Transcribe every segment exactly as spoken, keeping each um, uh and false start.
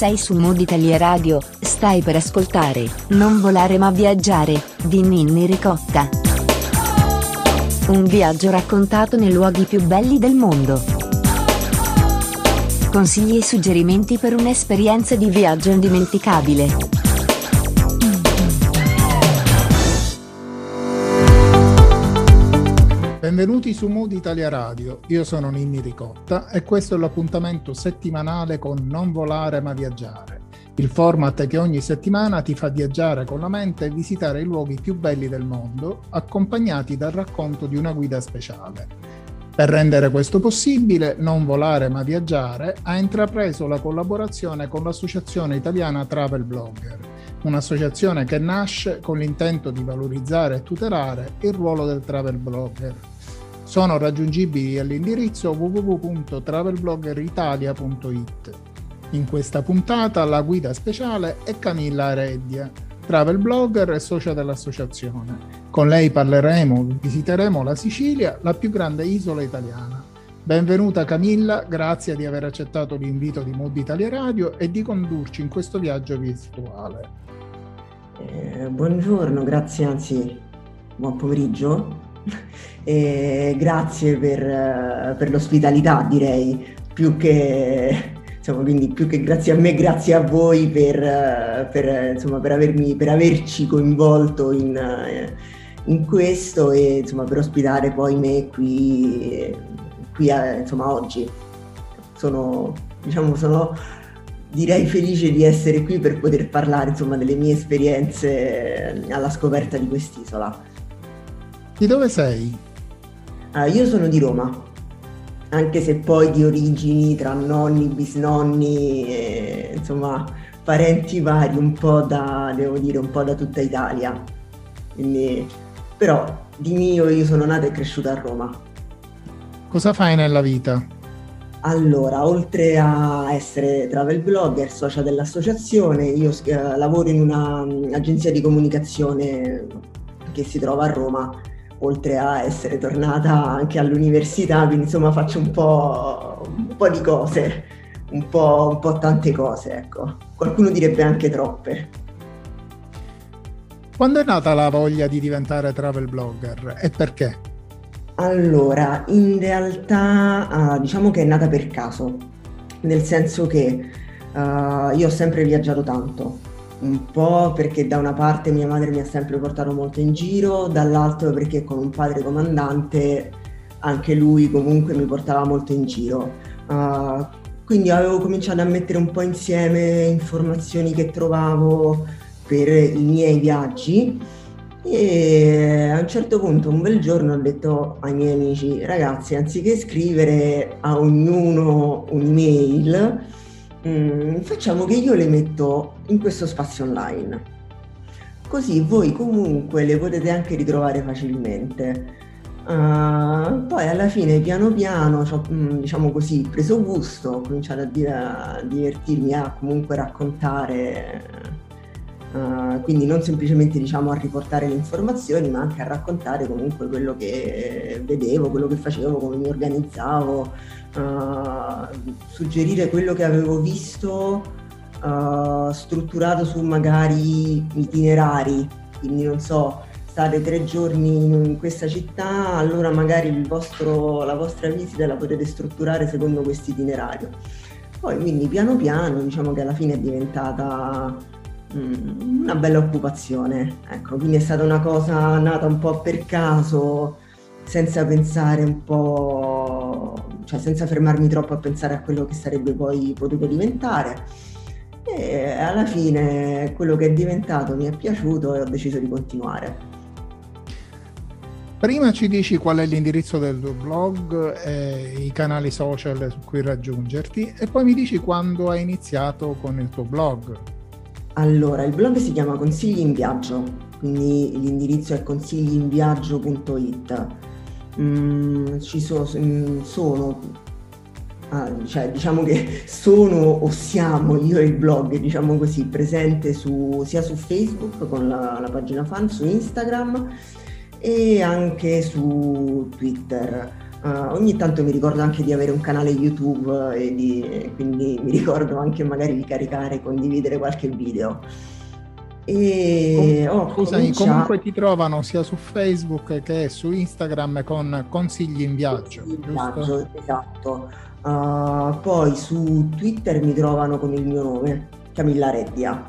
Sei su Mood Italia Radio, stai per ascoltare Non volare ma viaggiare, di Ninni Ricotta. Un viaggio raccontato nei luoghi più belli del mondo. Consigli e suggerimenti per un'esperienza di viaggio indimenticabile. Benvenuti su Mood Italia Radio, io sono Ninni Ricotta e questo è l'appuntamento settimanale con Non volare ma viaggiare, il format che ogni settimana ti fa viaggiare con la mente e visitare i luoghi più belli del mondo, accompagnati dal racconto di una guida speciale. Per rendere questo possibile, Non volare ma viaggiare ha intrapreso la collaborazione con l'Associazione Italiana Travel Blogger, un'associazione che nasce con l'intento di valorizzare e tutelare il ruolo del travel blogger. Sono raggiungibili all'indirizzo w w w punto travel blogger italia punto i t. In questa puntata la guida speciale è Camilla Areddia, travel blogger e socia dell'associazione. Con lei parleremo, visiteremo la Sicilia, la più grande isola italiana. Benvenuta Camilla, grazie di aver accettato l'invito di Mood Italia Radio e di condurci in questo viaggio virtuale. Eh, buongiorno, grazie, anzi, buon pomeriggio. E grazie per, per l'ospitalità, direi, più che insomma, quindi più che grazie a me, grazie a voi per, per, insomma, per, avermi, per averci coinvolto in, in questo e insomma, per ospitare poi me qui, qui insomma, oggi. Sono, diciamo, sono direi felice di essere qui per poter parlare insomma, delle mie esperienze alla scoperta di quest'isola. Di dove sei? Uh, io sono di Roma, anche se poi di origini tra nonni, bisnonni, e, insomma parenti vari, un po' da, devo dire, un po' da tutta Italia. Quindi, però di mio io sono nata e cresciuta a Roma. Cosa fai nella vita? Allora, oltre a essere travel blogger, socia dell'associazione, io uh, lavoro in un'agenzia di comunicazione che si trova a Roma, oltre a essere tornata anche all'università, quindi insomma faccio un po', un po' di cose, un po', un po' tante cose, ecco. Qualcuno direbbe anche troppe. Quando è nata la voglia di diventare travel blogger e perché? Allora, in realtà uh, diciamo che è nata per caso, nel senso che uh, io ho sempre viaggiato tanto. Un po' perché da una parte mia madre mi ha sempre portato molto in giro, dall'altro perché con un padre comandante anche lui comunque mi portava molto in giro. Uh, quindi avevo cominciato a mettere un po' insieme informazioni che trovavo per i miei viaggi e a un certo punto, un bel giorno, ho detto ai miei amici: ragazzi, anziché scrivere a ognuno un'email, Mm, facciamo che io le metto in questo spazio online, così voi comunque le potete anche ritrovare facilmente. Uh, poi alla fine piano piano ho, diciamo così, preso gusto, ho cominciato a, dire, a divertirmi a comunque raccontare, uh, quindi non semplicemente diciamo a riportare le informazioni, ma anche a raccontare comunque quello che vedevo, quello che facevo, come mi organizzavo. Uh, suggerire quello che avevo visto uh, strutturato su magari itinerari, quindi non so, state tre giorni in questa città, allora magari il vostro, la vostra visita la potete strutturare secondo questo itinerario. Poi quindi piano piano diciamo che alla fine è diventata um, una bella occupazione, ecco, quindi è stata una cosa nata un po' per caso, senza pensare un po', cioè senza fermarmi troppo a pensare a quello che sarebbe poi potuto diventare, e alla fine quello che è diventato mi è piaciuto e ho deciso di continuare. Prima ci dici qual è l'indirizzo del tuo blog e i canali social su cui raggiungerti e poi mi dici quando hai iniziato con il tuo blog. Allora, il blog si chiama Consigli in Viaggio, quindi l'indirizzo è consigli in viaggio punto i t. Mm, ci sono, sono ah, cioè diciamo che sono o siamo io e il blog, diciamo così, presente su, sia su Facebook con la, la pagina fan, su Instagram e anche su Twitter. Uh, ogni tanto mi ricordo anche di avere un canale YouTube e di, e quindi mi ricordo anche magari di caricare e condividere qualche video. E Com- scusami, cominciato... comunque ti trovano sia su Facebook che su Instagram con consigli in viaggio, consigli in viaggio, esatto. Uh, poi su Twitter mi trovano con il mio nome, Camilla Reddia,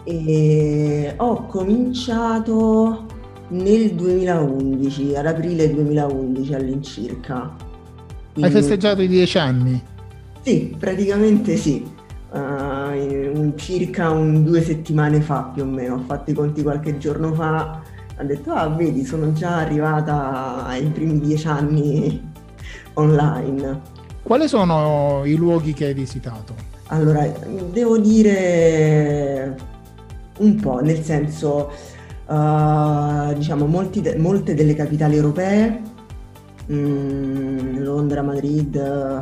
e ho cominciato nel duemilaundici, ad aprile duemilaundici all'incirca. Quindi... Hai festeggiato i dieci anni? Sì, praticamente sì. Uh, un, circa un due settimane fa più o meno, ho fatto i conti qualche giorno fa, ho detto ah vedi sono già arrivata ai primi dieci anni online. Quali sono i luoghi che hai visitato? Allora, devo dire un po', nel senso uh, diciamo molti de- molte delle capitali europee, mm, Londra, Madrid,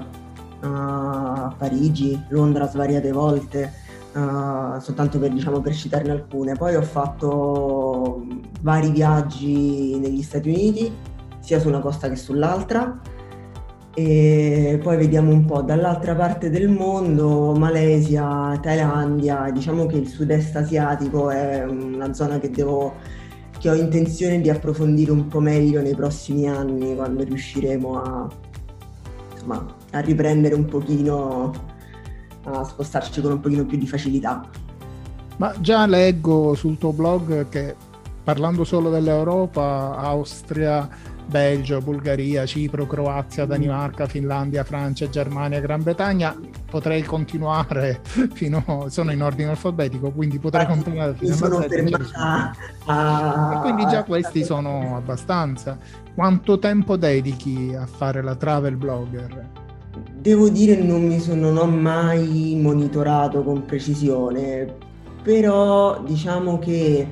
a Parigi, Londra svariate volte, uh, soltanto per, diciamo, per citarne alcune. Poi ho fatto vari viaggi negli Stati Uniti, sia su una costa che sull'altra, e poi vediamo un po' dall'altra parte del mondo, Malesia, Thailandia. Diciamo che il sud-est asiatico è una zona che devo che ho intenzione di approfondire un po' meglio nei prossimi anni, quando riusciremo a insomma a riprendere un pochino, a spostarci con un pochino più di facilità. Ma già leggo sul tuo blog che, parlando solo dell'Europa, Austria, Belgio, Bulgaria, Cipro, Croazia, Danimarca, Finlandia, Francia, Germania, Gran Bretagna, potrei continuare fino, sono in ordine alfabetico, quindi potrei Infatti, continuare fino sono a fermata a... quindi già questi sono abbastanza. Quanto tempo dedichi a fare la travel blogger? Devo dire non mi sono, non ho mai monitorato con precisione, però diciamo che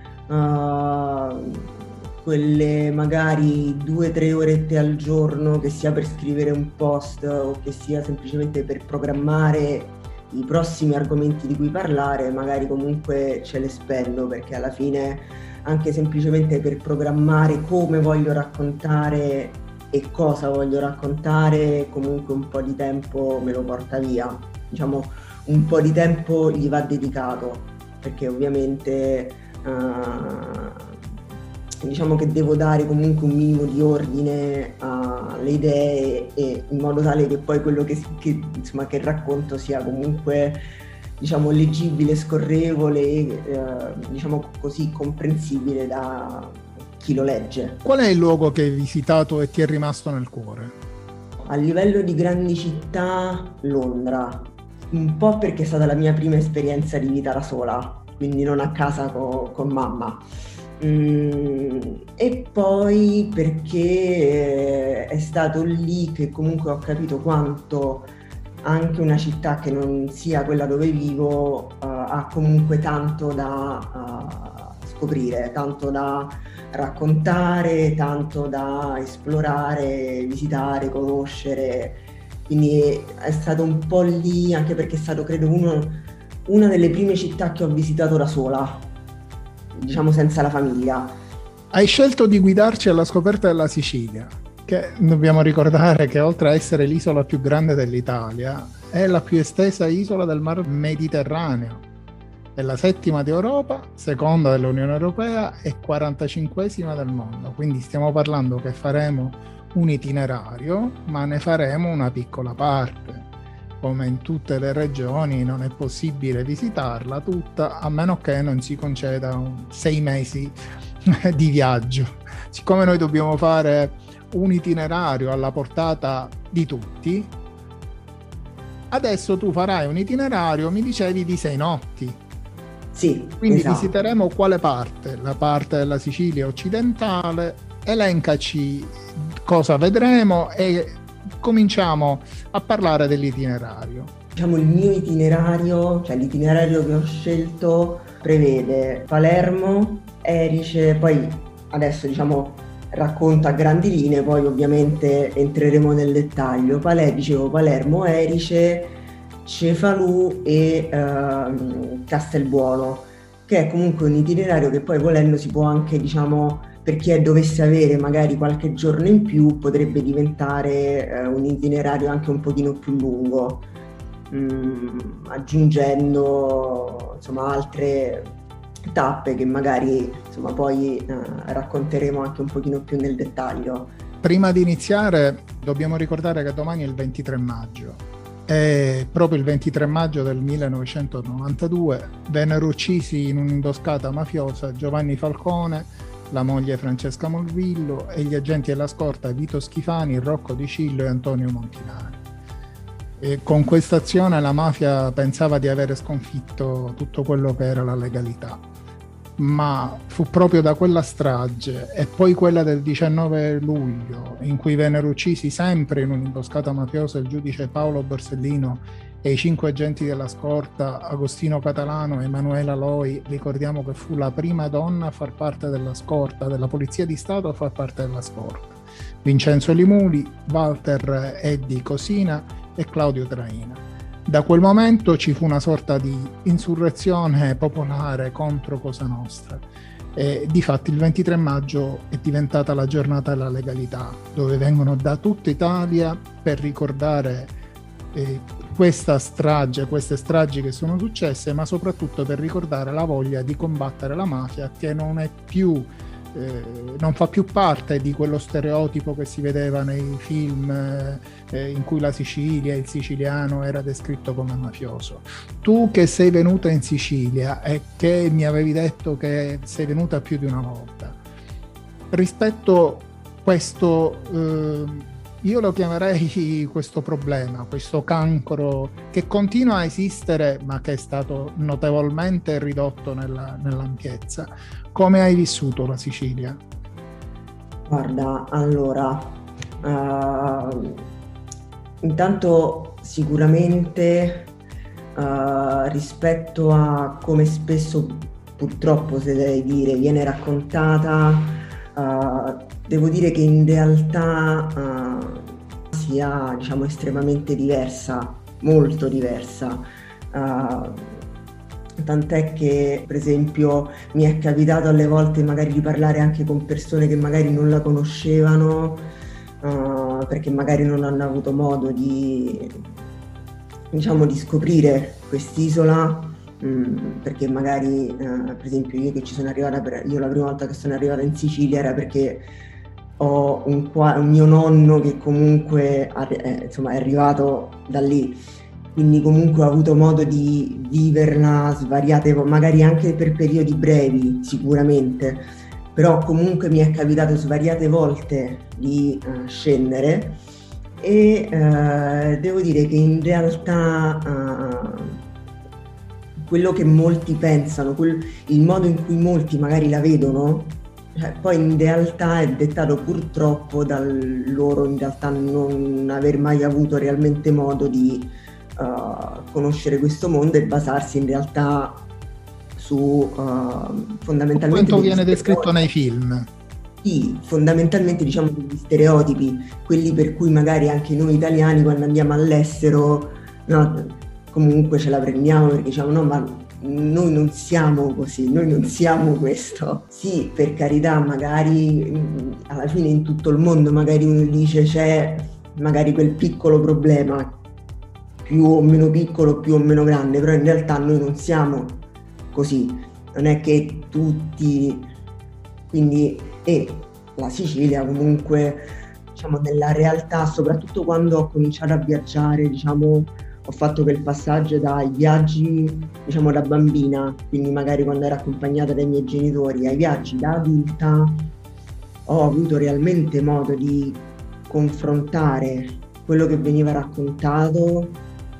uh, quelle magari due o tre orette al giorno, che sia per scrivere un post o che sia semplicemente per programmare i prossimi argomenti di cui parlare, magari comunque ce le spendo, perché alla fine anche semplicemente per programmare come voglio raccontare e cosa voglio raccontare, comunque un po' di tempo me lo porta via. Diciamo, un po' di tempo gli va dedicato, perché ovviamente uh, diciamo che devo dare comunque un minimo di ordine alle idee, e in modo tale che poi quello che, che, insomma, che racconto sia comunque, diciamo, leggibile, scorrevole, eh, diciamo così, comprensibile da chi lo legge. Qual è il luogo che hai visitato e ti è rimasto nel cuore? A livello di grandi città, Londra, un po' perché è stata la mia prima esperienza di vita da sola, quindi non a casa co- con mamma, mm, e poi perché è stato lì che comunque ho capito quanto anche una città che non sia quella dove vivo uh, ha comunque tanto da uh, scoprire, tanto da raccontare, tanto da esplorare, visitare, conoscere. Quindi è stato un po' lì, anche perché è stato, credo, uno, una delle prime città che ho visitato da sola, diciamo senza la famiglia. Hai scelto di guidarci alla scoperta della Sicilia, che dobbiamo ricordare che oltre a essere l'isola più grande dell'Italia, è la più estesa isola del Mar Mediterraneo. È la settima d'Europa, seconda dell'Unione Europea e quarantacinquesima del mondo. Quindi stiamo parlando che faremo un itinerario, ma ne faremo una piccola parte. Come in tutte le regioni non è possibile visitarla tutta, a meno che non si conceda un sei mesi di viaggio. Siccome noi dobbiamo fare un itinerario alla portata di tutti, adesso tu farai un itinerario, mi dicevi, di sei notti. Sì, quindi esatto. Visiteremo quale parte? La parte della Sicilia occidentale. Elencaci cosa vedremo e cominciamo a parlare dell'itinerario. Diciamo il mio itinerario, cioè l'itinerario che ho scelto, prevede Palermo, Erice, poi adesso diciamo racconto a grandi linee, poi ovviamente entreremo nel dettaglio. Pale, dicevo Palermo, Erice, Cefalù e uh, Castelbuono, che è comunque un itinerario che poi volendo si può anche, diciamo, per chi dovesse avere magari qualche giorno in più potrebbe diventare eh, un itinerario anche un pochino più lungo, mh, aggiungendo insomma altre tappe che magari insomma poi eh, racconteremo anche un pochino più nel dettaglio. Prima di iniziare dobbiamo ricordare che domani è il ventitré maggio e proprio il ventitré maggio del millenovecentonovantadue vennero uccisi in un'imboscata mafiosa Giovanni Falcone, la moglie Francesca Morvillo e gli agenti della scorta Vito Schifani, Rocco Di Cillo e Antonio Montinari. E con questa azione la mafia pensava di avere sconfitto tutto quello che era la legalità, ma fu proprio da quella strage e poi quella del diciannove luglio, in cui vennero uccisi sempre in un'imboscata mafiosa il giudice Paolo Borsellino e i cinque agenti della scorta Agostino Catalano e Emanuela Loi. Ricordiamo che fu la prima donna a far parte della scorta, della Polizia di Stato a far parte della scorta. Vincenzo Limuli, Walter Eddi Cosina e Claudio Traina. Da quel momento ci fu una sorta di insurrezione popolare contro Cosa Nostra. E difatti il ventitré maggio è diventata la giornata della legalità, dove vengono da tutta Italia per ricordare eh, questa strage, queste stragi che sono successe, ma soprattutto per ricordare la voglia di combattere la mafia, che non è più Eh, non fa più parte di quello stereotipo che si vedeva nei film eh, in cui la Sicilia, il siciliano era descritto come mafioso. Tu che sei venuta in Sicilia e che mi avevi detto che sei venuta più di una volta, rispetto a questo, eh, io lo chiamerei questo problema, questo cancro che continua a esistere ma che è stato notevolmente ridotto nella, nell'ampiezza. Come hai vissuto la Sicilia? Guarda, allora, uh, intanto sicuramente uh, rispetto a come spesso purtroppo, se devi dire, viene raccontata, uh, devo dire che in realtà uh, sia, diciamo, estremamente diversa, molto diversa. Uh, Tant'è che, per esempio, mi è capitato alle volte magari di parlare anche con persone che magari non la conoscevano, uh, perché magari non hanno avuto modo di, diciamo, di scoprire quest'isola, um, perché magari, uh, per esempio, io che ci sono arrivata, per, io la prima volta che sono arrivata in Sicilia era perché ho un, un mio nonno che comunque è, insomma, è arrivato da lì. Quindi comunque ho avuto modo di viverla svariate, magari anche per periodi brevi sicuramente, però comunque mi è capitato svariate volte di uh, scendere e uh, devo dire che in realtà uh, quello che molti pensano, quel, il modo in cui molti magari la vedono, cioè, poi in realtà è dettato purtroppo dal loro in realtà non aver mai avuto realmente modo di Uh, conoscere questo mondo e basarsi in realtà su uh, fondamentalmente quanto viene descritto nei film. Sì, fondamentalmente diciamo degli stereotipi, quelli per cui magari anche noi italiani quando andiamo all'estero, no, comunque ce la prendiamo perché diciamo no, ma noi non siamo così, noi non siamo questo. Sì, per carità, magari alla fine in tutto il mondo magari uno dice c'è magari quel piccolo problema, più o meno piccolo, più o meno grande, però in realtà noi non siamo così, non è che tutti, quindi, e la Sicilia comunque, diciamo, nella realtà, soprattutto quando ho cominciato a viaggiare, diciamo, ho fatto quel passaggio dai viaggi, diciamo, da bambina, quindi magari quando ero accompagnata dai miei genitori, ai viaggi da adulta, ho avuto realmente modo di confrontare quello che veniva raccontato,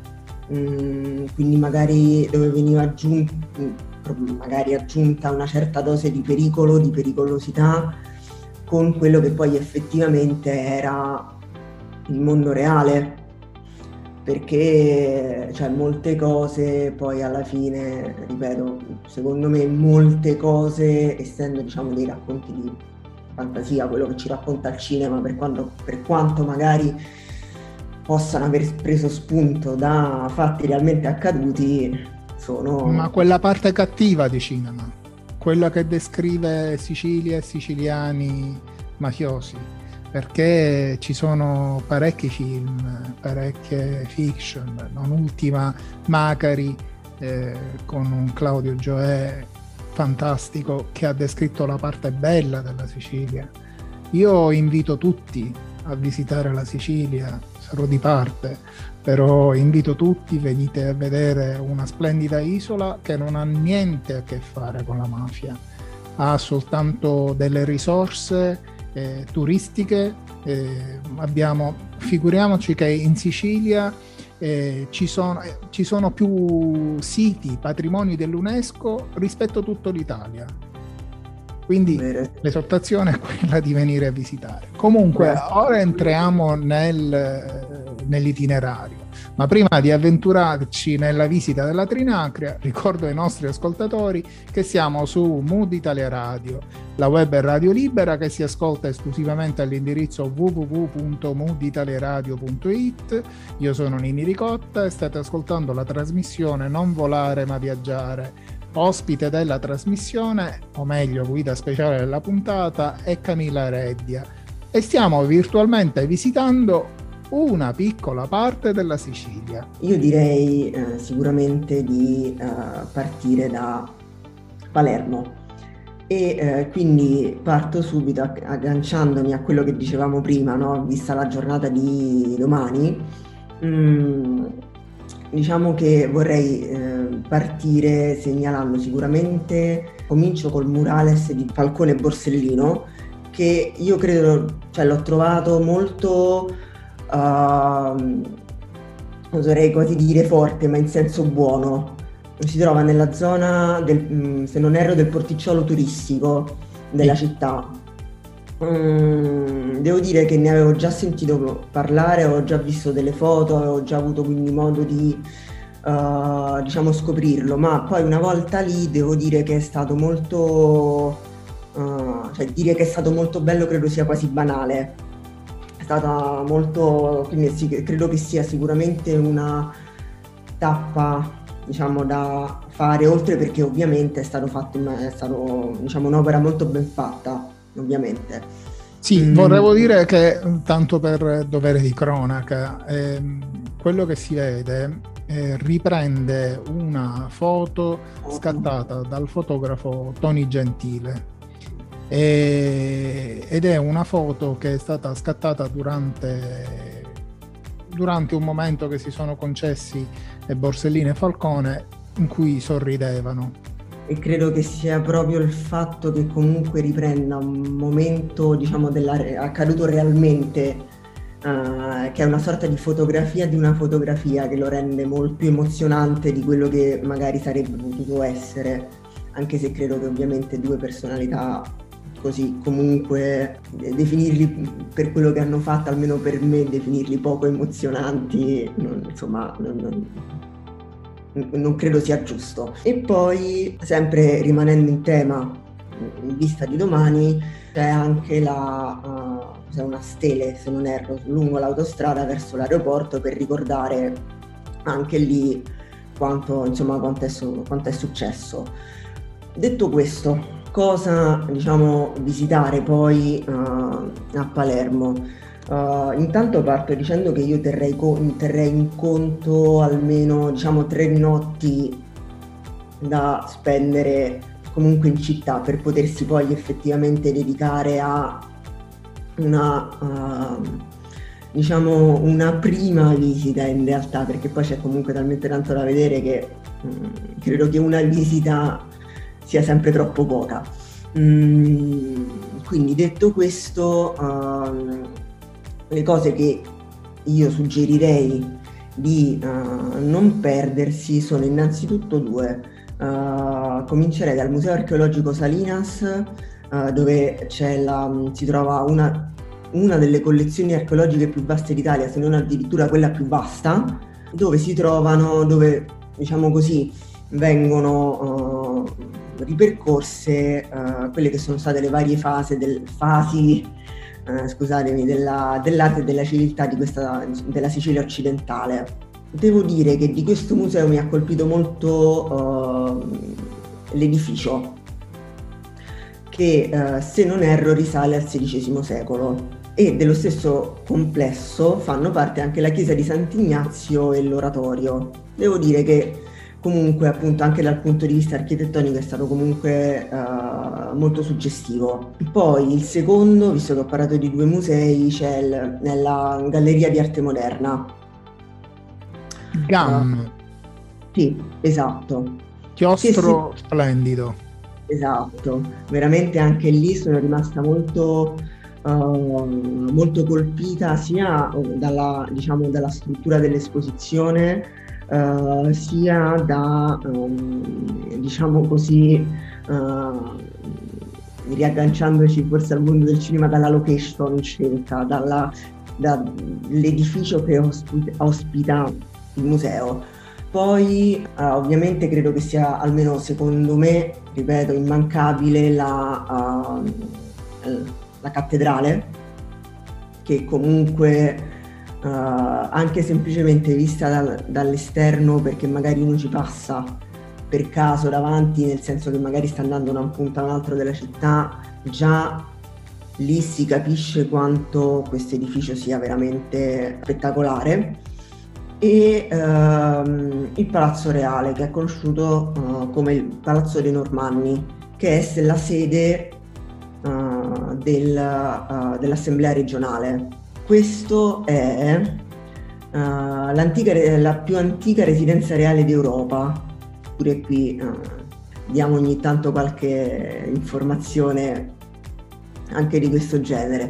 quindi magari dove veniva aggiunta, magari aggiunta una certa dose di pericolo, di pericolosità, con quello che poi effettivamente era il mondo reale, perché cioè, molte cose poi alla fine, ripeto, secondo me molte cose, essendo diciamo dei racconti di fantasia, quello che ci racconta il cinema, per quanto, per quanto magari possano aver preso spunto da fatti realmente accaduti, sono... Ma quella parte cattiva di cinema, quella che descrive Sicilia e siciliani mafiosi, perché ci sono parecchi film, parecchie fiction, non ultima Macari, eh, con un Claudio Gioè fantastico che ha descritto la parte bella della Sicilia. Io invito tutti a visitare la Sicilia, sarò di parte, però invito tutti, venite a vedere una splendida isola che non ha niente a che fare con la mafia, ha soltanto delle risorse eh, turistiche. Eh, abbiamo, figuriamoci che in Sicilia eh, ci sono, eh, ci sono più siti patrimoni dell'UNESCO rispetto a tutta l'Italia. Quindi Bene. L'esortazione è quella di venire a visitare. Comunque, Bene. ora entriamo nel, nell'itinerario, ma prima di avventurarci nella visita della Trinacria, ricordo ai nostri ascoltatori che siamo su Mood Italia Radio, la web è radio libera che si ascolta esclusivamente all'indirizzo w w w punto mood italia radio punto i t. Io sono Ninni Ricotta e state ascoltando la trasmissione Non volare ma viaggiare. Ospite della trasmissione, o meglio guida speciale della puntata, è Camilla Reddia e stiamo virtualmente visitando una piccola parte della Sicilia. Io direi eh, sicuramente di eh, partire da Palermo e eh, quindi parto subito agganciandomi a quello che dicevamo prima, no? Vista la giornata di domani. Mm, Diciamo che vorrei eh, partire segnalando sicuramente, comincio col murales di Falcone e Borsellino, che io credo, cioè l'ho trovato molto, uh, oserei quasi dire forte, ma in senso buono. Si trova nella zona, del, se non erro, del porticciolo turistico della città. Mm, devo dire che ne avevo già sentito parlare, ho già visto delle foto, avevo già avuto quindi modo di uh, diciamo scoprirlo, ma poi una volta lì devo dire che è stato molto uh, cioè dire che è stato molto bello credo sia quasi banale, è stata molto, quindi sì, credo che sia sicuramente una tappa diciamo da fare, oltre perché ovviamente è stato fatto, è stato diciamo un'opera molto ben fatta. Ovviamente. Sì, mm. vorrevo dire che, tanto per dovere di cronaca, eh, quello che si vede eh, riprende una foto scattata dal fotografo Tony Gentile e, ed è una foto che è stata scattata durante, durante un momento che si sono concessi Borsellino e Falcone in cui sorridevano. E credo che sia proprio il fatto che comunque riprenda un momento, diciamo, della, accaduto realmente, uh, che è una sorta di fotografia di una fotografia, che lo rende molto più emozionante di quello che magari sarebbe potuto essere, anche se credo che ovviamente due personalità così, comunque definirli per quello che hanno fatto, almeno per me, definirli poco emozionanti, non, insomma... Non, non, non credo sia giusto. E poi, sempre rimanendo in tema in vista di domani, c'è anche la uh, c'è una stele, se non erro, lungo l'autostrada verso l'aeroporto, per ricordare anche lì quanto, insomma, quanto è, su, quanto è successo. Detto questo, cosa diciamo visitare poi uh, a Palermo? Uh, intanto parto dicendo che io terrei, co- terrei in conto almeno diciamo tre notti da spendere comunque in città per potersi poi effettivamente dedicare a una uh, diciamo una prima visita in realtà, perché poi c'è comunque talmente tanto da vedere che um, credo che una visita sia sempre troppo poca. Mm, quindi detto questo, uh, le cose che io suggerirei di uh, non perdersi sono innanzitutto due. Uh, comincerei dal Museo Archeologico Salinas, uh, dove c'è la, si trova una, una delle collezioni archeologiche più vaste d'Italia, se non addirittura quella più vasta, dove si trovano, dove diciamo così vengono uh, ripercorse uh, quelle che sono state le varie fasi, del, fasi Uh, scusatemi, della, dell'arte e della civiltà di questa, della Sicilia occidentale. Devo dire che di questo museo mi ha colpito molto uh, l'edificio, che eh, se non erro risale al sedicesimo secolo. E dello stesso complesso fanno parte anche la chiesa di Sant'Ignazio e l'oratorio. Devo dire che comunque appunto anche dal punto di vista architettonico è stato comunque uh, molto suggestivo. Poi il secondo, visto che ho parlato di due musei, c'è il, nella Galleria di Arte Moderna. G A M. Uh, sì, esatto. Chiostro si... splendido. Esatto, veramente anche lì sono rimasta molto... Uh, molto colpita sia dalla, diciamo, dalla struttura dell'esposizione uh, sia da um, diciamo così uh, riagganciandoci forse al mondo del cinema, dalla location scelta, dalla, dall'edificio che ospita, ospita il museo. Poi uh, ovviamente credo che sia, almeno secondo me, ripeto, immancabile la uh, la cattedrale, che comunque uh, anche semplicemente vista dal, dall'esterno, perché magari uno ci passa per caso davanti, nel senso che magari sta andando da un punto a un altro della città, già lì si capisce quanto questo edificio sia veramente spettacolare. E uh, il Palazzo Reale, che è conosciuto uh, come il Palazzo dei Normanni, che è la sede Uh, del, uh, dell'Assemblea regionale. Questo è uh, l'antica, la più antica residenza reale d'Europa. Pure qui uh, diamo ogni tanto qualche informazione anche di questo genere.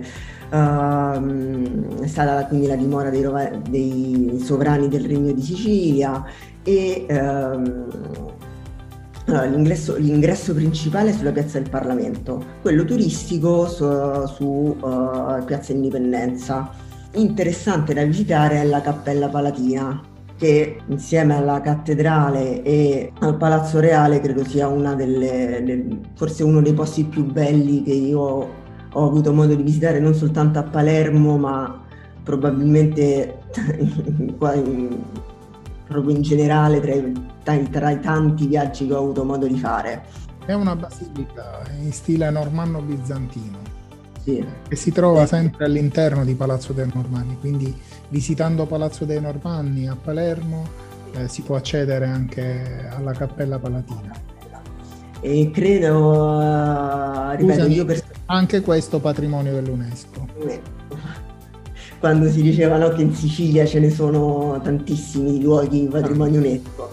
Uh, è stata quindi la dimora dei, dei sovrani del Regno di Sicilia e uh, Allora, l'ingresso, l'ingresso principale è sulla piazza del Parlamento, quello turistico su, su uh, piazza Indipendenza. Interessante da visitare è la Cappella Palatina, che insieme alla cattedrale e al Palazzo Reale credo sia una delle, del, forse uno dei posti più belli che io ho, ho avuto modo di visitare, non soltanto a Palermo, ma probabilmente qua in, proprio in generale tra i, tra i tanti viaggi che ho avuto modo di fare. È una basilica in stile normanno-bizantino, sì, che si trova sempre all'interno di Palazzo dei Normanni, quindi visitando Palazzo dei Normanni a Palermo eh, si può accedere anche alla Cappella Palatina. E credo, uh, ripeto, Scusami, io per... anche questo patrimonio dell'UNESCO. Quando si diceva no, che in Sicilia ce ne sono tantissimi luoghi patrimonio UNESCO.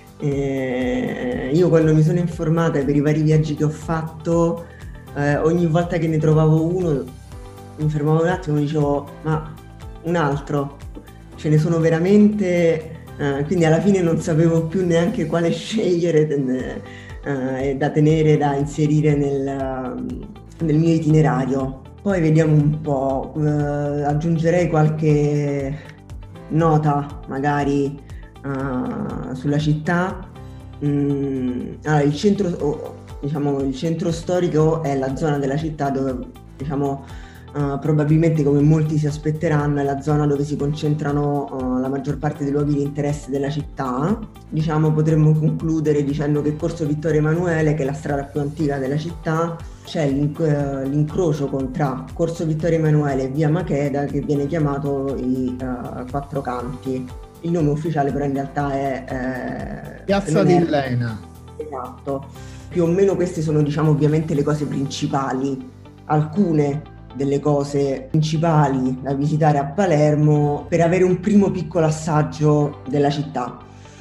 Eh, io quando mi sono informata per i vari viaggi che ho fatto, eh, ogni volta che ne trovavo uno mi fermavo un attimo e dicevo ma un altro, ce ne sono veramente, eh, quindi alla fine non sapevo più neanche quale scegliere eh, da tenere, da inserire nel, nel mio itinerario. Poi vediamo un po', eh, aggiungerei qualche nota magari uh, sulla città. Mm, allora, il centro, oh, diciamo, il centro storico è la zona della città dove, diciamo, uh, probabilmente come molti si aspetteranno, è la zona dove si concentrano uh, la maggior parte dei luoghi di interesse della città. Diciamo, potremmo concludere dicendo che Corso Vittorio Emanuele, che è la strada più antica della città, c'è l'incrocio con tra Corso Vittorio Emanuele e Via Macheda, che viene chiamato i uh, Quattro Canti. Il nome ufficiale però in realtà è eh, Piazza di Lena. Esatto. Più o meno queste sono, diciamo, ovviamente le cose principali, alcune delle cose principali da visitare a Palermo per avere un primo piccolo assaggio della città.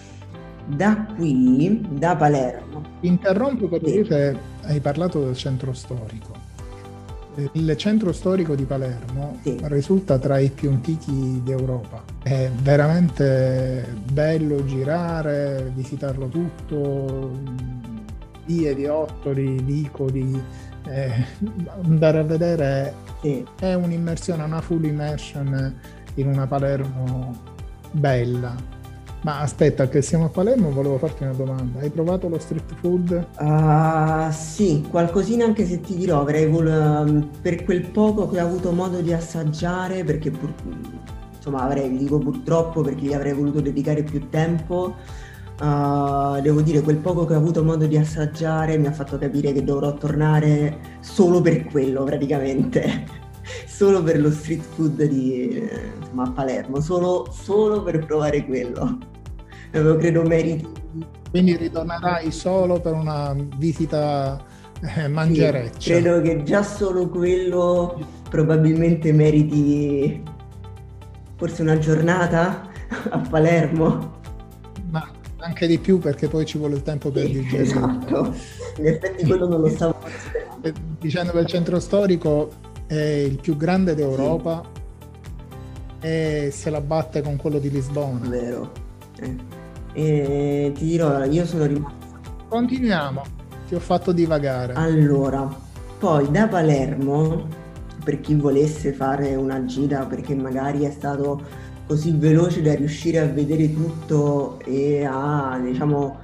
Da qui, da Palermo. Interrompo per dire che hai parlato del centro storico. Il centro storico di Palermo sì. risulta tra i più antichi d'Europa. È veramente bello girare, visitarlo tutto, vie, viottoli, vicoli, eh, andare a vedere. Sì. È un'immersione, una full immersion in una Palermo bella. Ma aspetta, che siamo a Palermo, volevo farti una domanda. Hai provato lo street food? Uh, sì, qualcosina, anche se ti dirò, avrei vol- per quel poco che ho avuto modo di assaggiare, perché pur- insomma avrei, dico purtroppo perché gli avrei voluto dedicare più tempo, Uh, devo dire, quel poco che ho avuto modo di assaggiare mi ha fatto capire che dovrò tornare solo per quello, praticamente, solo per lo street food di, eh, insomma, a Palermo, solo, solo per provare quello. Io credo meriti. Quindi ritornerai solo per una visita eh, mangereccia. Sì, credo che già solo quello probabilmente meriti forse una giornata a Palermo. Ma anche di più, perché poi ci vuole il tempo per Sì, digerirlo. esatto, in effetti quello non lo stavo considerando. Dicendo che il centro storico è il più grande d'Europa, sì, e se la batte con quello di Lisbona. Vero. Eh. E ti dirò, io sono rimasto... Continuiamo, ti ho fatto divagare. Allora, poi da Palermo, per chi volesse fare una gita, perché magari è stato così veloce da riuscire a vedere tutto e a, diciamo,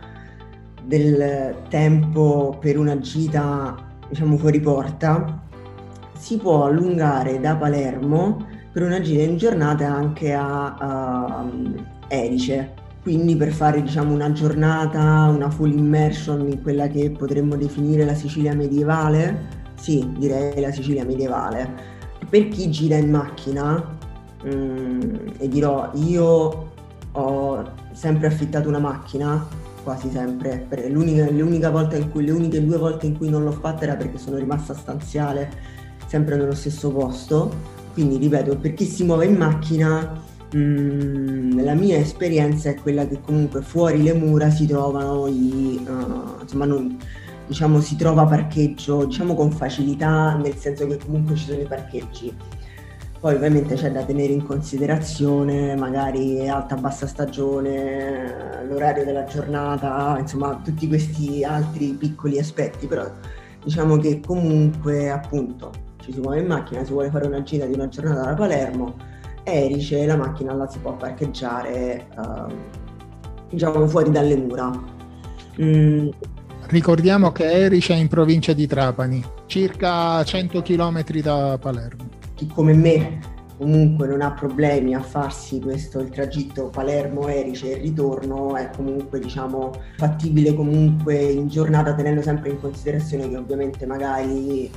del tempo per una gita, diciamo, fuori porta, si può allungare da Palermo per una gita in giornata anche a, a Erice, quindi per fare, diciamo, una giornata, una full immersion in quella che potremmo definire la Sicilia medievale. Sì, direi la Sicilia medievale. Per chi gira in macchina, Mm, e dirò, io ho sempre affittato una macchina, quasi sempre, perché l'unica, l'unica volta in cui, le uniche due volte in cui non l'ho fatta era perché sono rimasta stanziale sempre nello stesso posto. Quindi ripeto, per chi si muove in macchina, mm, la mia esperienza è quella che comunque fuori le mura si trovano i, uh, insomma non, diciamo si trova parcheggio, diciamo con facilità, nel senso che comunque ci sono i parcheggi. Poi ovviamente c'è da tenere in considerazione magari alta bassa stagione, l'orario della giornata, insomma tutti questi altri piccoli aspetti, però diciamo che comunque appunto ci si muove in macchina, si vuole fare una gita di una giornata da Palermo, Erice, la macchina la si può parcheggiare eh, diciamo fuori dalle mura. Mm. Ricordiamo che Erice è in provincia di Trapani, circa cento chilometri da Palermo. Chi come me comunque non ha problemi a farsi questo, il tragitto Palermo-Erice e il ritorno, è comunque, diciamo, fattibile comunque in giornata, tenendo sempre in considerazione che ovviamente magari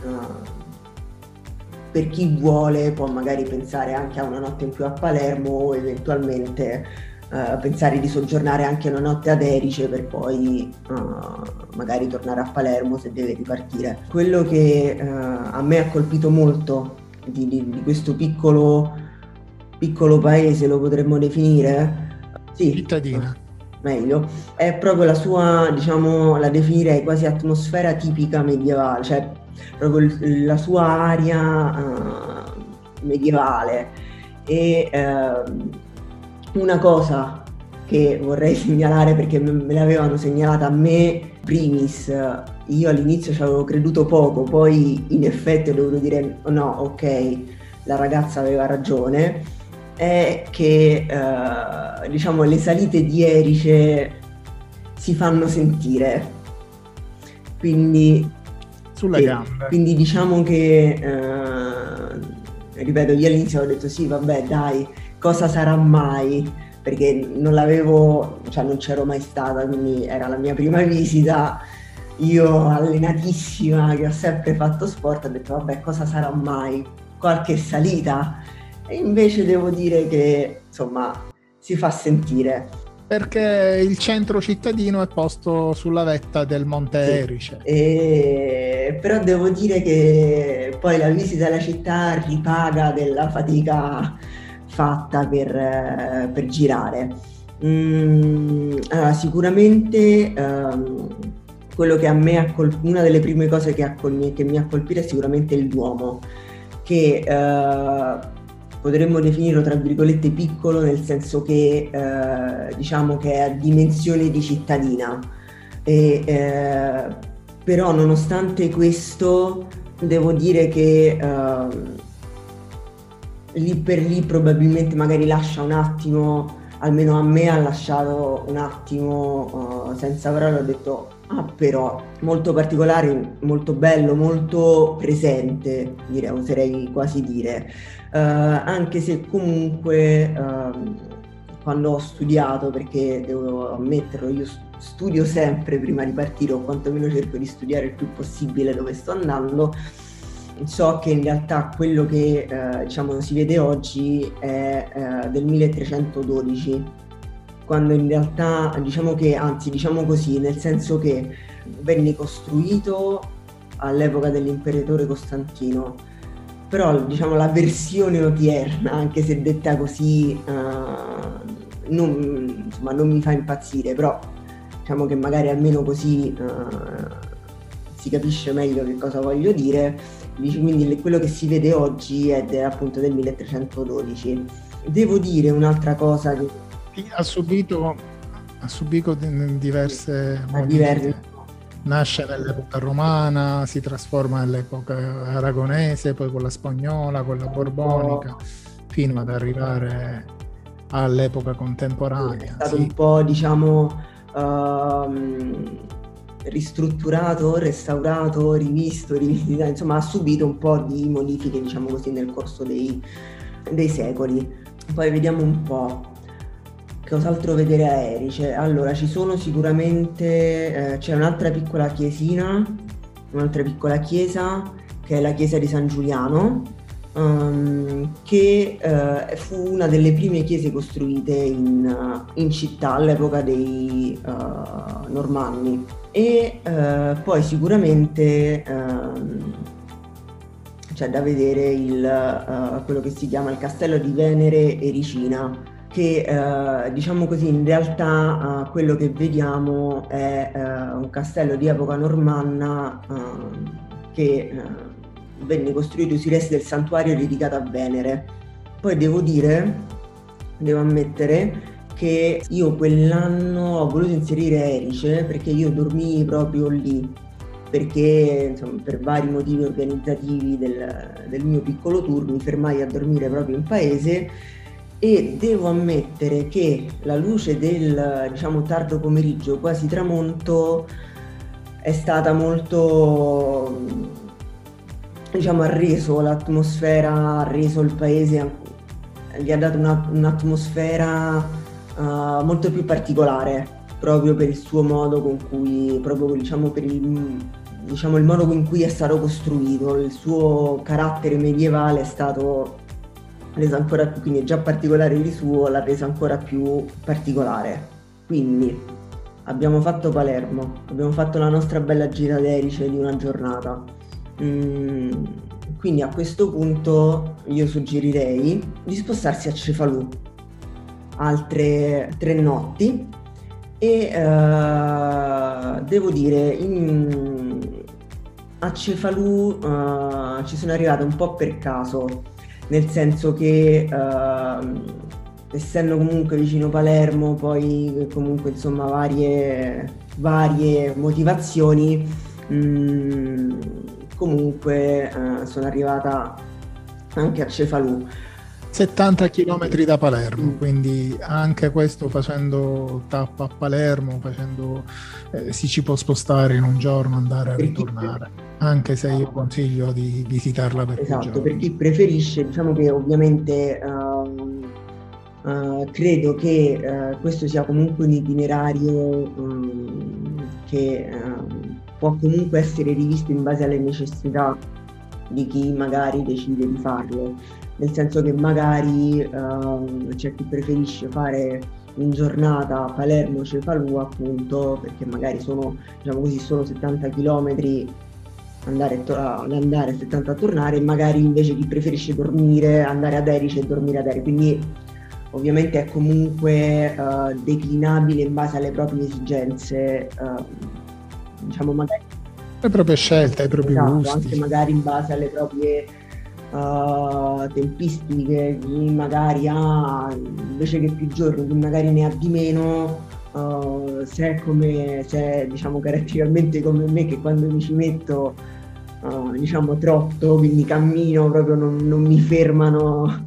uh, per chi vuole può magari pensare anche a una notte in più a Palermo o eventualmente uh, pensare di soggiornare anche una notte ad Erice per poi uh, magari tornare a Palermo se deve ripartire. Quello che uh, a me ha colpito molto Di, di, di questo piccolo piccolo paese, lo potremmo definire? Sì, cittadina. Meglio, è proprio la sua, diciamo, la definirei quasi atmosfera tipica medievale, cioè proprio il, la sua aria uh, medievale. E uh, una cosa che vorrei segnalare, perché me, me l'avevano segnalata a me primis, io all'inizio ci avevo creduto poco, poi in effetti ho dovuto dire no, ok, la ragazza aveva ragione, è che eh, diciamo le salite di Erice si fanno sentire, quindi sulle eh, gambe. Quindi diciamo che eh, ripeto, io all'inizio ho detto sì, vabbè, dai, cosa sarà mai? Perché non l'avevo, cioè non c'ero mai stata, quindi era la mia prima visita. Io allenatissima, che ho sempre fatto sport, ho detto vabbè, cosa sarà mai? Qualche salita? E invece devo dire che insomma si fa sentire. Perché il centro cittadino è posto sulla vetta del Monte Sì. Erice. E... però devo dire che poi la visita alla città ripaga della fatica fatta per, eh, per girare. Mm, allora, sicuramente um, quello che a me ha colpito, una delle prime cose che, ha col- che mi ha colpito è sicuramente il Duomo, che uh, potremmo definirlo tra virgolette piccolo, nel senso che uh, diciamo che è a dimensione di cittadina. E, uh, però nonostante questo devo dire che uh, lì per lì probabilmente magari lascia un attimo, almeno a me ha lasciato un attimo uh, senza parole, ho detto ah, però molto particolare, molto bello, molto presente, direi, oserei quasi dire, uh, anche se comunque uh, quando ho studiato, perché devo ammetterlo, io studio sempre prima di partire, o quantomeno cerco di studiare il più possibile dove sto andando, so che in realtà quello che eh, diciamo si vede oggi è eh, del milletrecentododici, quando in realtà diciamo che, anzi diciamo così, nel senso che venne costruito all'epoca dell'imperatore Costantino, però diciamo la versione odierna, anche se detta così, uh, non, insomma, non mi fa impazzire, però diciamo che magari almeno così uh, si capisce meglio che cosa voglio dire. Quindi quello che si vede oggi è de, appunto del milletrecentododici. Devo dire un'altra cosa che ha subito, ha subito diverse modifiche. Nasce nell'epoca romana, si trasforma nell'epoca aragonese, poi quella spagnola, quella borbonica, fino ad arrivare all'epoca contemporanea. È stato sì. un po', diciamo, uh, ristrutturato, restaurato, rivisto, rivisitato, insomma ha subito un po' di modifiche, diciamo così, nel corso dei, dei secoli. Poi vediamo un po'. Cos'altro vedere a Erice? Allora, ci sono sicuramente, eh, c'è un'altra piccola chiesina, un'altra piccola chiesa, che è la chiesa di San Giuliano, um, che eh, fu una delle prime chiese costruite in, in città all'epoca dei uh, Normanni. E uh, poi sicuramente uh, c'è da vedere il, uh, quello che si chiama il castello di Venere Ericina, che eh, diciamo così in realtà uh, quello che vediamo è uh, un castello di epoca normanna uh, che uh, venne costruito sui resti del santuario dedicato a Venere. Poi devo dire, devo ammettere che io quell'anno ho voluto inserire Erice perché io dormii proprio lì, perché insomma, per vari motivi organizzativi del, del mio piccolo tour mi fermai a dormire proprio in paese. E devo ammettere che la luce del, diciamo, tardo pomeriggio, quasi tramonto, è stata molto, diciamo, ha reso l'atmosfera, ha reso il paese, gli ha dato una, un'atmosfera uh, molto più particolare, proprio per il suo modo con cui, proprio diciamo per il, diciamo, il modo in cui è stato costruito, il suo carattere medievale è stato reso ancora più, quindi è già particolare di suo, l'ha resa ancora più particolare. Quindi abbiamo fatto Palermo, abbiamo fatto la nostra bella gita ad Erice di una giornata. Mm, quindi a questo punto io suggerirei di spostarsi a Cefalù, altre tre notti, e uh, devo dire in, a Cefalù uh, ci sono arrivata un po' per caso, nel senso che uh, essendo comunque vicino Palermo, poi comunque insomma varie, varie motivazioni, mh, comunque uh, sono arrivata anche a Cefalù. settanta chilometri da Palermo, quindi anche questo facendo tappa a Palermo, facendo, eh, si ci può spostare in un giorno, andare e ritornare, anche se io consiglio di visitarla per esatto, più giorni. Per chi preferisce, diciamo che ovviamente uh, uh, credo che uh, questo sia comunque un itinerario um, che uh, può comunque essere rivisto in base alle necessità di chi magari decide di farlo. Nel senso che magari uh, c'è chi preferisce fare in giornata Palermo-Cefalù, appunto, perché magari sono, diciamo così, solo settanta chilometri andare e to- andare, settanta a tornare, e magari invece chi preferisce dormire, andare ad Erice e dormire ad Erice. Quindi ovviamente è comunque uh, declinabile in base alle proprie esigenze, uh, diciamo magari le proprie scelte, ai propri esatto, gusti. Anche magari in base alle proprie Uh, tempistiche, chi magari ha invece che più giorni, chi magari ne ha di meno, uh, se è come se è, diciamo, caratterialmente come me, che quando mi ci metto uh, diciamo trotto, quindi cammino proprio, non, non mi fermano,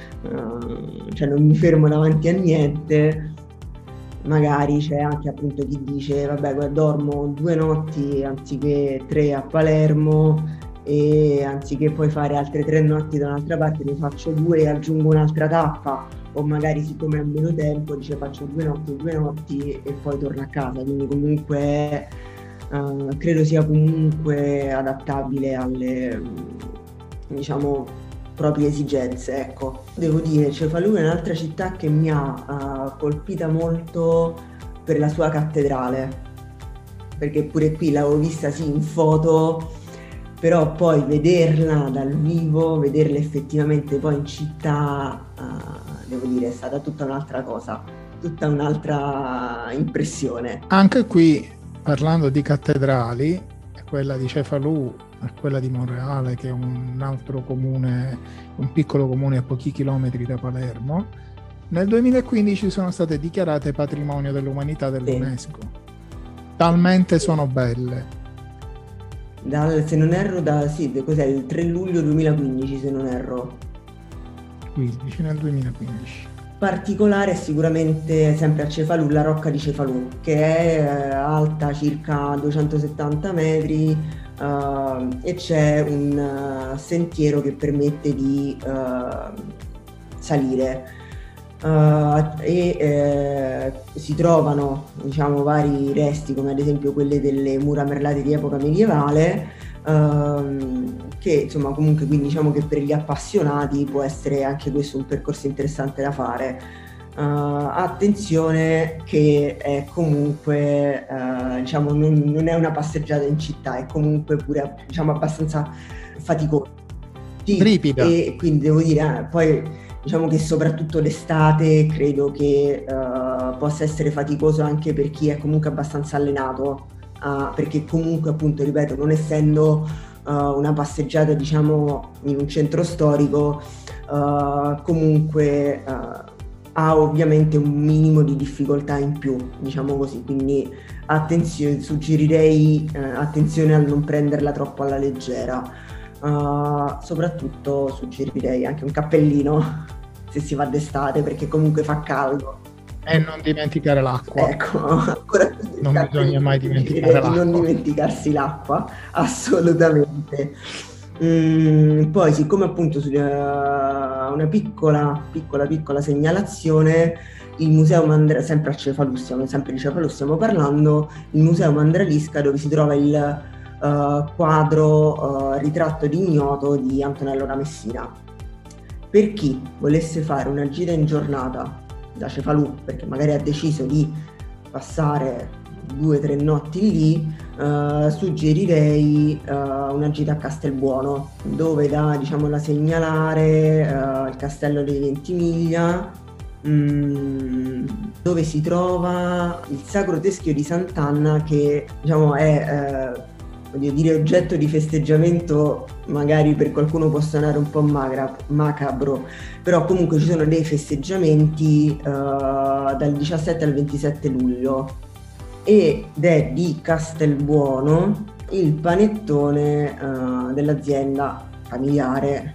uh, cioè non mi fermo davanti a niente. Magari c'è anche appunto chi dice vabbè, dormo due notti anziché tre a Palermo, e anziché poi fare altre tre notti da un'altra parte ne faccio due e aggiungo un'altra tappa, o magari siccome ha meno tempo dice faccio due notti, due notti e poi torno a casa, quindi comunque uh, credo sia comunque adattabile alle, diciamo, proprie esigenze, ecco. Devo dire, Cefalù è un'altra città che mi ha uh, colpita molto per la sua cattedrale, perché pure qui l'avevo vista sì in foto, però poi vederla dal vivo, vederla effettivamente poi in città, uh, devo dire, è stata tutta un'altra cosa, tutta un'altra impressione. Anche qui, parlando di cattedrali, quella di Cefalù e quella di Monreale, che è un altro comune, un piccolo comune a pochi chilometri da Palermo, nel duemilaquindici sono state dichiarate patrimonio dell'umanità dell'UNESCO. Sì. Talmente sono belle. Dal, se non erro, da, sì, cos'è, il tre luglio duemilaquindici, se non erro. quindici, nel duemilaquindici. Particolare è sicuramente sempre a Cefalù la Rocca di Cefalù, che è eh, alta circa duecentosettanta metri uh, e c'è un uh, sentiero che permette di uh, salire. Uh, e eh, si trovano, diciamo, vari resti, come ad esempio quelle delle mura merlate di epoca medievale, uh, che insomma comunque, quindi diciamo che per gli appassionati può essere anche questo un percorso interessante da fare. Uh, attenzione che è comunque uh, diciamo non, non è una passeggiata in città, è comunque pure, diciamo, abbastanza faticosa, sì, ripida, e quindi devo dire eh, poi diciamo che soprattutto l'estate credo che uh, possa essere faticoso anche per chi è comunque abbastanza allenato, uh, perché comunque, appunto, ripeto, non essendo uh, una passeggiata, diciamo, in un centro storico, uh, comunque uh, ha ovviamente un minimo di difficoltà in più, diciamo così, quindi attenzione, suggerirei uh, attenzione a non prenderla troppo alla leggera. Uh, soprattutto suggerirei anche un cappellino se si va d'estate, perché comunque fa caldo, e non dimenticare l'acqua. Ecco, ancora non bisogna mai dimenticare l'acqua. Non dimenticarsi l'acqua, assolutamente. Mm, poi, siccome appunto uh, una piccola piccola piccola segnalazione, il Museo Mandra, sempre a Cefalù, stiamo sempre di Cefalù stiamo parlando, il Museo Mandralisca, dove si trova il Uh, quadro uh, Ritratto di ignoto di Antonello da Messina. Per chi volesse fare una gita in giornata da Cefalù, perché magari ha deciso di passare due o tre notti lì, uh, suggerirei uh, una gita a Castelbuono, dove da, diciamo, da segnalare uh, il Castello dei Ventimiglia, mm, dove si trova il Sacro Teschio di Sant'Anna, che, diciamo, è uh, voglio dire oggetto di festeggiamento, magari per qualcuno può suonare un po' magra, macabro, però comunque ci sono dei festeggiamenti uh, dal diciassette al ventisette luglio, ed è di Castelbuono il panettone uh, dell'azienda familiare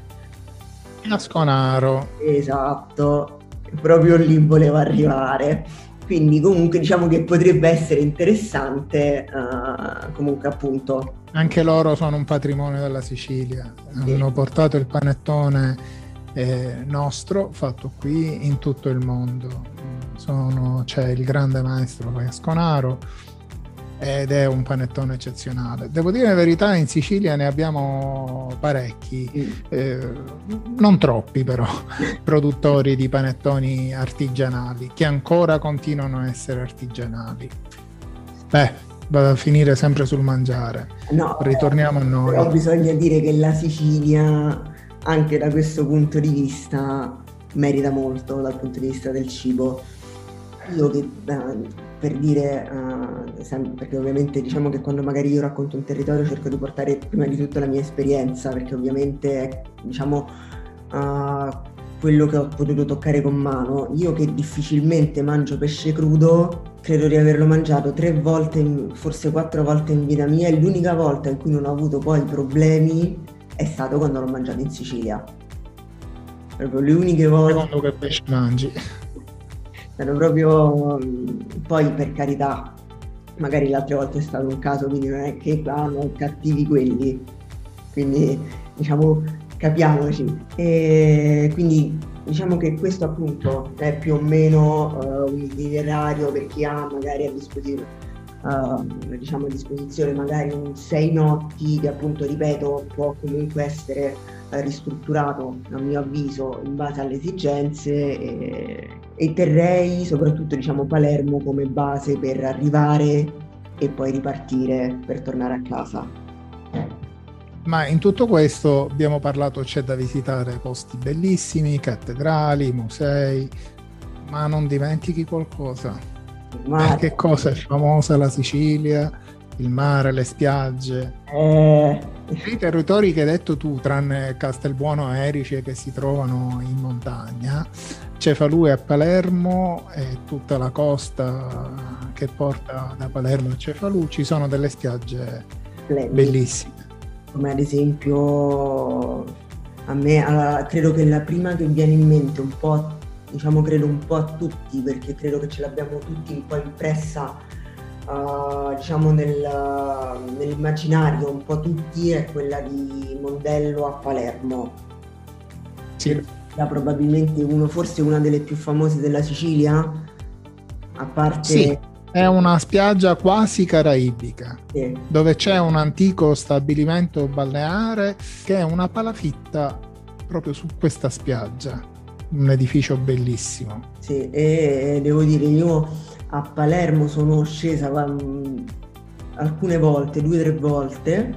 Asconaro. Esatto, proprio lì volevo arrivare. Quindi comunque diciamo che potrebbe essere interessante, uh, comunque appunto. Anche loro sono un patrimonio della Sicilia, sì. Hanno portato il panettone eh, nostro, fatto qui, in tutto il mondo. Sono, c'è il grande maestro Asconaro ed è un panettone eccezionale. Devo dire la verità, in Sicilia ne abbiamo parecchi, mm. eh, non troppi però, produttori di panettoni artigianali, che ancora continuano a essere artigianali. Beh, vado a finire sempre sul mangiare. No, ritorniamo a noi. Però bisogna dire che la Sicilia, anche da questo punto di vista, merita molto dal punto di vista del cibo. Io che... Uh, per dire, uh, sempre, perché ovviamente diciamo che quando magari io racconto un territorio cerco di portare prima di tutto la mia esperienza, perché ovviamente è, diciamo, uh, quello che ho potuto toccare con mano. Io che difficilmente mangio pesce crudo, credo di averlo mangiato tre volte, in, forse quattro volte in vita mia, e l'unica volta in cui non ho avuto poi problemi è stato quando l'ho mangiato in Sicilia. Proprio le uniche volte. Secondo che pesce mangi? Sono proprio, poi per carità, magari l'altra volta è stato un caso, quindi non è che vanno cattivi quelli, quindi diciamo capiamoci. E quindi diciamo che questo appunto è più o meno uh, un itinerario per chi ha magari a disposizione, uh, diciamo a disposizione magari un sei notti che appunto, ripeto, può comunque essere uh, ristrutturato a mio avviso in base alle esigenze, e, e terrei soprattutto diciamo Palermo come base per arrivare e poi ripartire per tornare a casa. Ma in tutto questo abbiamo parlato, c'è da visitare posti bellissimi, cattedrali, musei, ma non dimentichi qualcosa. Eh, che cosa è famosa la Sicilia? Il mare, le spiagge. Eh... I territori che hai detto tu, tranne Castelbuono e Erice che si trovano in montagna, Cefalù a Palermo e tutta la costa che porta da Palermo a Cefalù, ci sono delle spiagge Splendid. Bellissime. Come ad esempio a me, allora, credo che la prima che viene in mente un po', diciamo credo un po' a tutti, perché credo che ce l'abbiamo tutti un po' impressa uh, diciamo nel, nell'immaginario un po' tutti, è quella di Mondello a Palermo. Sì. Era probabilmente uno, forse una delle più famose della Sicilia, a parte... Sì. È una spiaggia quasi caraibica, sì, dove c'è un antico stabilimento balneare che è una palafitta proprio su questa spiaggia, un edificio bellissimo. Sì, e devo dire, io a Palermo sono scesa um, alcune volte, due o tre volte,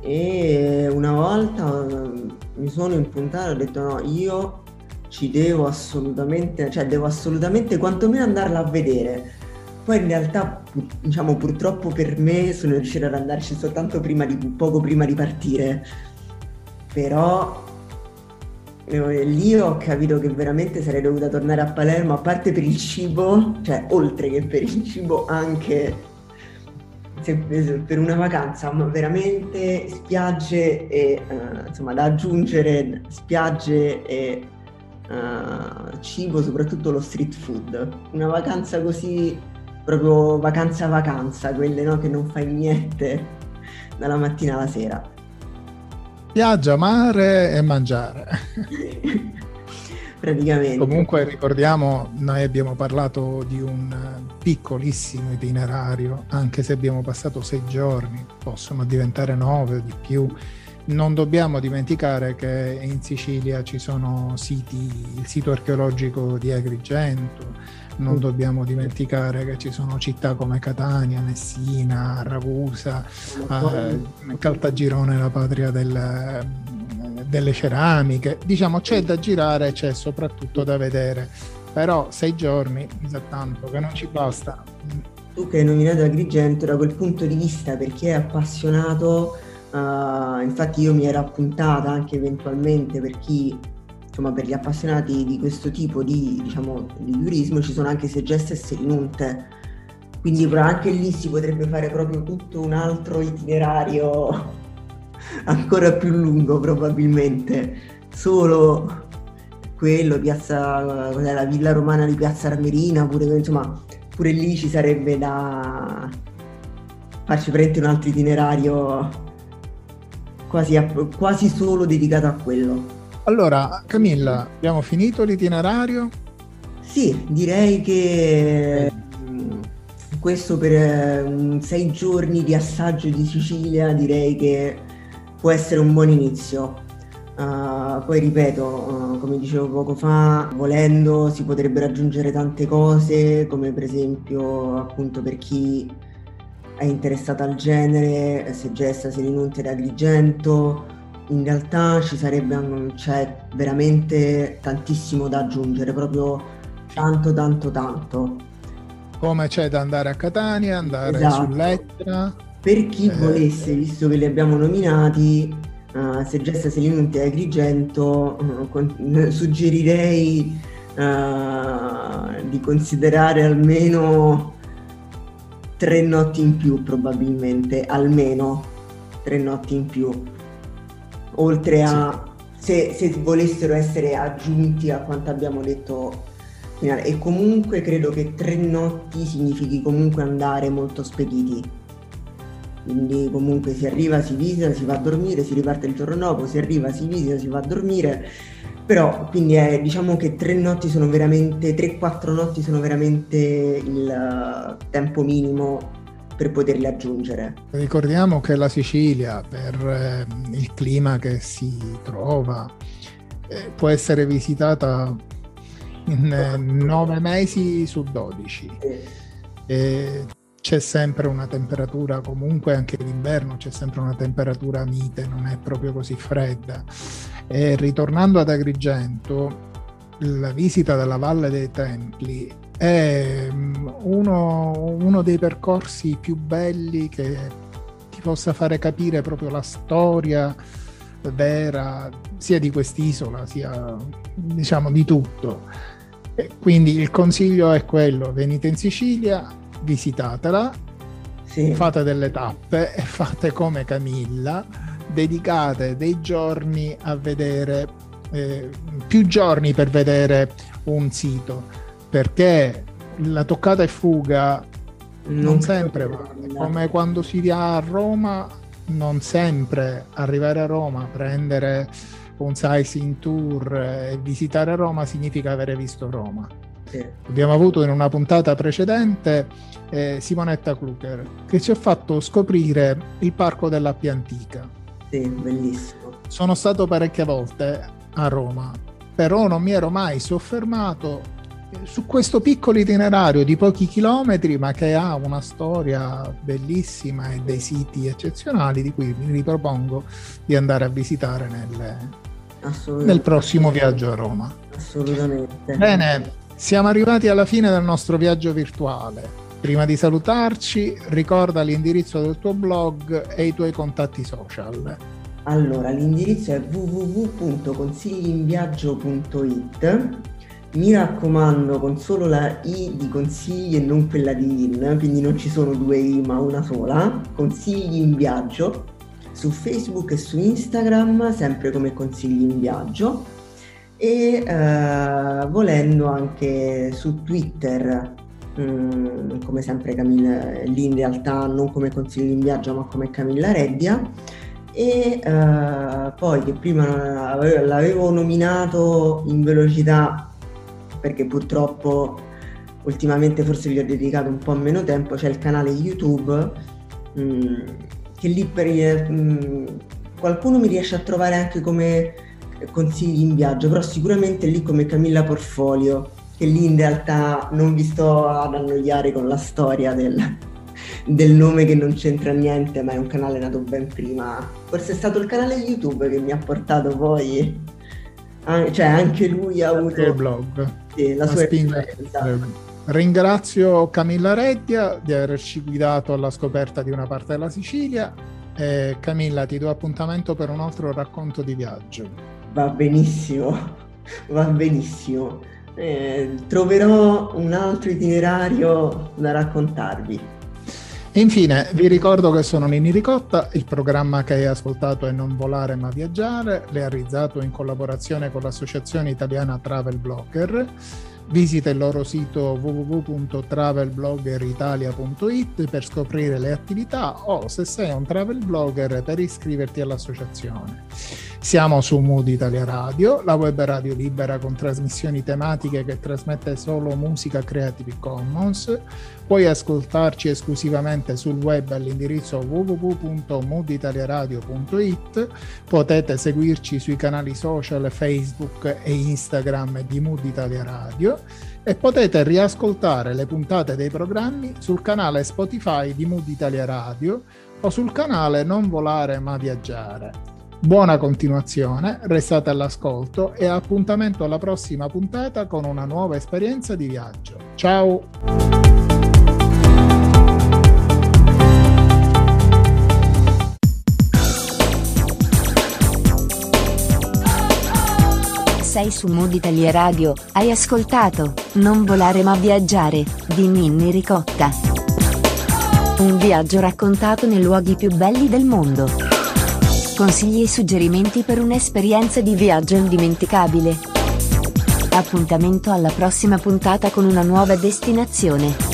e una volta um, mi sono impuntato e ho detto no, io ci devo assolutamente, cioè devo assolutamente quantomeno andarla a vedere. Poi in realtà, diciamo, purtroppo per me sono riuscita ad andarci soltanto prima di, poco prima di partire, però eh, lì ho capito che veramente sarei dovuta tornare a Palermo, a parte per il cibo, cioè oltre che per il cibo anche se, per una vacanza, ma veramente spiagge e uh, insomma da aggiungere spiagge e uh, cibo, soprattutto lo street food. Una vacanza così, proprio vacanza vacanza, quelle no, che non fai niente dalla mattina alla sera. Spiaggia, mare e mangiare. Praticamente. Comunque ricordiamo, noi abbiamo parlato di un piccolissimo itinerario, anche se abbiamo passato sei giorni, possono diventare nove o di più. Non dobbiamo dimenticare che in Sicilia ci sono siti, il sito archeologico di Agrigento, non dobbiamo dimenticare che ci sono città come Catania, Messina, Ragusa, eh, Caltagirone, la patria del, delle ceramiche. Diciamo c'è da girare, c'è soprattutto da vedere, però sei giorni mi sa tanto che non ci basta. Tu che hai nominato Agrigento, da quel punto di vista, per chi è appassionato, uh, infatti io mi ero appuntata anche eventualmente per chi, insomma, per gli appassionati di questo tipo di, diciamo, di turismo, ci sono anche Segesta e Selinunte, quindi anche lì si potrebbe fare proprio tutto un altro itinerario ancora più lungo probabilmente, solo quello, piazza, cos'è, la Villa Romana di Piazza Armerina, pure, insomma, pure lì ci sarebbe da farci prendere un altro itinerario quasi, a, quasi solo dedicato a quello. Allora, Camilla, abbiamo finito l'itinerario? Sì, direi che questo per un sei giorni di assaggio di Sicilia direi che può essere un buon inizio. Uh, poi ripeto, uh, come dicevo poco fa, volendo si potrebbero aggiungere tante cose, come per esempio appunto per chi è interessato al genere, Segesta, Selinunte ed Agrigento. In realtà ci sarebbe, c'è veramente tantissimo da aggiungere, proprio tanto tanto tanto. Come c'è da andare a Catania, andare Esatto. sull'Etna. Per chi eh... volesse, visto che li abbiamo nominati, uh, Segesta, Selinunte e Agrigento, uh, con, suggerirei uh, di considerare almeno tre notti in più, probabilmente, almeno tre notti in più. Oltre a, se, se volessero essere aggiunti a quanto abbiamo detto finale. E comunque credo che tre notti significhi comunque andare molto spediti. Quindi comunque si arriva, si visita, si va a dormire, si riparte il giorno dopo, si arriva, si visita, si va a dormire. Però quindi è, diciamo che tre notti sono veramente, tre quattro notti sono veramente il tempo minimo per poterli aggiungere. Ricordiamo che la Sicilia, per eh, il clima che si trova, eh, può essere visitata in eh, nove mesi su dodici. Sì. E c'è sempre una temperatura, comunque anche d'inverno c'è sempre una temperatura mite, non è proprio così fredda. E ritornando ad Agrigento, la visita della Valle dei Templi è uno, uno dei percorsi più belli che ti possa fare capire proprio la storia vera sia di quest'isola sia, diciamo, di tutto. E quindi il consiglio è quello: venite in Sicilia, visitatela, Sì. fate delle tappe e fate come Camilla, dedicate dei giorni a vedere, eh, più giorni per vedere un sito, perché la toccata e fuga non, Non sempre va. È come quando si va a Roma, non sempre arrivare a Roma, prendere un sightseeing tour e visitare Roma significa avere visto Roma. Sì. Abbiamo avuto in una puntata precedente eh, Simonetta Kluger, che ci ha fatto scoprire il Parco dell'Appia Antica. Sì, bellissimo. Sono stato parecchie volte a Roma, però non mi ero mai soffermato su questo piccolo itinerario di pochi chilometri, ma che ha una storia bellissima e dei siti eccezionali di cui mi ripropongo di andare a visitare nel, nel prossimo viaggio a Roma. Assolutamente. Bene, siamo arrivati alla fine del nostro viaggio virtuale. Prima di salutarci, ricorda l'indirizzo del tuo blog e i tuoi contatti social. Allora, l'indirizzo è w w w punto consigli in viaggio punto i t. Mi raccomando, con solo la I di consigli e non quella di in, quindi non ci sono due I ma una sola. Consigli in viaggio su Facebook e su Instagram, sempre come Consigli in Viaggio, e eh, volendo anche su Twitter, mh, come sempre Camilla, lì in realtà non come Consigli in Viaggio ma come Camilla Reddia. E eh, poi, che prima l'avevo nominato in velocità perché purtroppo ultimamente forse gli ho dedicato un po' meno tempo, c'è il canale YouTube, mh, che lì per mh, qualcuno mi riesce a trovare anche come Consigli in Viaggio, però sicuramente lì come Camilla Portfolio, che lì in realtà non vi sto ad annoiare con la storia del, del nome che non c'entra niente, ma è un canale nato ben prima. Forse è stato il canale YouTube che mi ha portato poi, ah, cioè anche lui ha avuto il blog, sì, la sua esperienza. Ringrazio Camilla Reddia di averci guidato alla scoperta di una parte della Sicilia. E Camilla, ti do appuntamento per un altro racconto di viaggio. Va benissimo, va benissimo. Eh, troverò un altro itinerario da raccontarvi. E infine vi ricordo che sono Ninni Ricotta, il programma che hai ascoltato è Non Volare Ma Viaggiare, realizzato in collaborazione con l'Associazione Italiana Travel Blogger. Visita il loro sito w w w punto travel blogger italia punto i t per scoprire le attività o, se sei un travel blogger, per iscriverti all'associazione. Siamo su Mood Italia Radio, la web radio libera con trasmissioni tematiche che trasmette solo musica Creative Commons. Puoi ascoltarci esclusivamente sul web all'indirizzo w w w punto mood italia radio punto i t. Potete seguirci sui canali social Facebook e Instagram di Mood Italia Radio e potete riascoltare le puntate dei programmi sul canale Spotify di Mood Italia Radio o sul canale Non Volare Ma Viaggiare. Buona continuazione, restate all'ascolto e appuntamento alla prossima puntata con una nuova esperienza di viaggio. Ciao! Sei su Mood Italia Radio, hai ascoltato Non Volare Ma Viaggiare di Ninni Ricotta. Un viaggio raccontato nei luoghi più belli del mondo. Consigli e suggerimenti per un'esperienza di viaggio indimenticabile. Appuntamento alla prossima puntata con una nuova destinazione.